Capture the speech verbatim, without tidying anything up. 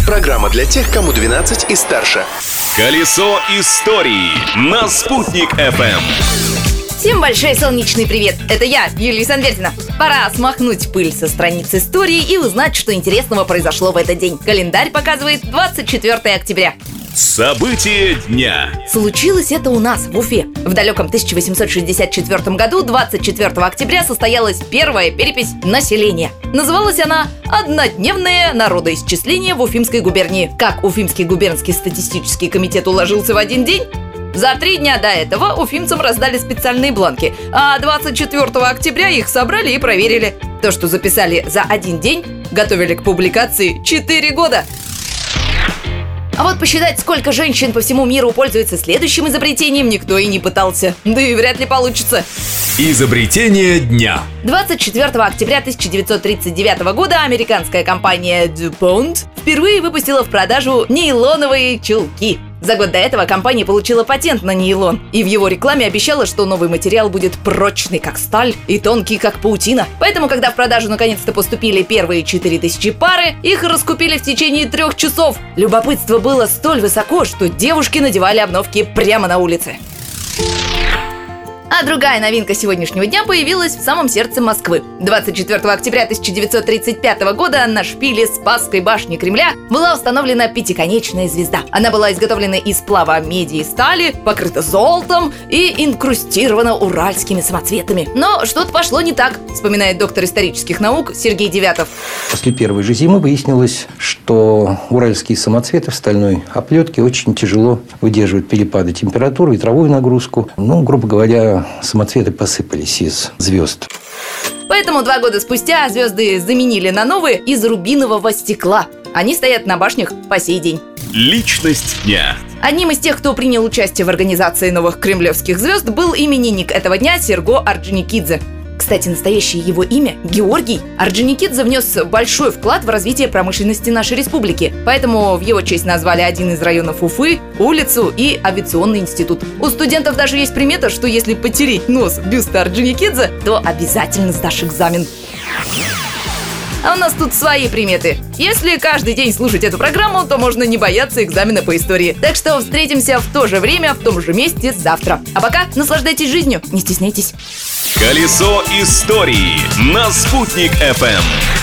Программа для тех, кому двенадцать и старше. Колесо истории на Спутник эф эм. Всем большой солнечный привет! Это я, Юлия Сандельтина. Пора смахнуть пыль со страниц истории и узнать, что интересного произошло в этот день. Календарь показывает двадцать четвёртое октября. События дня. Случилось это у нас, в Уфе. В далеком тысяча восемьсот шестьдесят четвёртом году, двадцать четвёртого октября, состоялась первая перепись населения. Называлась она «Однодневное народоисчисление в Уфимской губернии». Как Уфимский губернский статистический комитет уложился в один день? За три дня до этого уфимцам раздали специальные бланки, а двадцать четвёртого октября их собрали и проверили. То, что записали за один день, готовили к публикации четыре года. А вот посчитать, сколько женщин по всему миру пользуются следующим изобретением, никто и не пытался. Да и вряд ли получится. Изобретение дня. двадцать четвёртого октября тысяча девятьсот тридцать девятого года американская компания DuPont впервые выпустила в продажу нейлоновые чулки. За год до этого компания получила патент на нейлон, и в его рекламе обещала, что новый материал будет прочный, как сталь, и тонкий, как паутина. Поэтому, когда в продажу наконец-то поступили первые четыре тысячи пары, их раскупили в течение трех часов. Любопытство было столь высоко, что девушки надевали обновки прямо на улице. А другая новинка сегодняшнего дня появилась в самом сердце Москвы. двадцать четвёртого октября тысяча девятьсот тридцать пятого года на шпиле Спасской башни Кремля была установлена пятиконечная звезда. Она была изготовлена из сплава меди и стали, покрыта золотом и инкрустирована уральскими самоцветами. Но что-то пошло не так, вспоминает доктор исторических наук Сергей Девятов. После первой же зимы выяснилось, что уральские самоцветы в стальной оплетке очень тяжело выдерживают перепады температуры, ветровую нагрузку. Ну, грубо говоря, самоцветы посыпались из звезд. Поэтому два года спустя звезды заменили на новые из рубинового стекла. Они стоят на башнях по сей день. Личность дня. Одним из тех, кто принял участие в организации новых кремлевских звезд, был именинник этого дня Серго Орджоникидзе. Кстати, настоящее его имя – Георгий. Орджоникидзе внес большой вклад в развитие промышленности нашей республики. Поэтому в его честь назвали один из районов Уфы, улицу и авиационный институт. У студентов даже есть примета, что если потереть нос бюста Орджоникидзе, то обязательно сдашь экзамен. А у нас тут свои приметы. Если каждый день слушать эту программу, то можно не бояться экзамена по истории. Так что встретимся в то же время, в том же месте завтра. А пока наслаждайтесь жизнью, не стесняйтесь. Колесо истории на Спутник эф эм.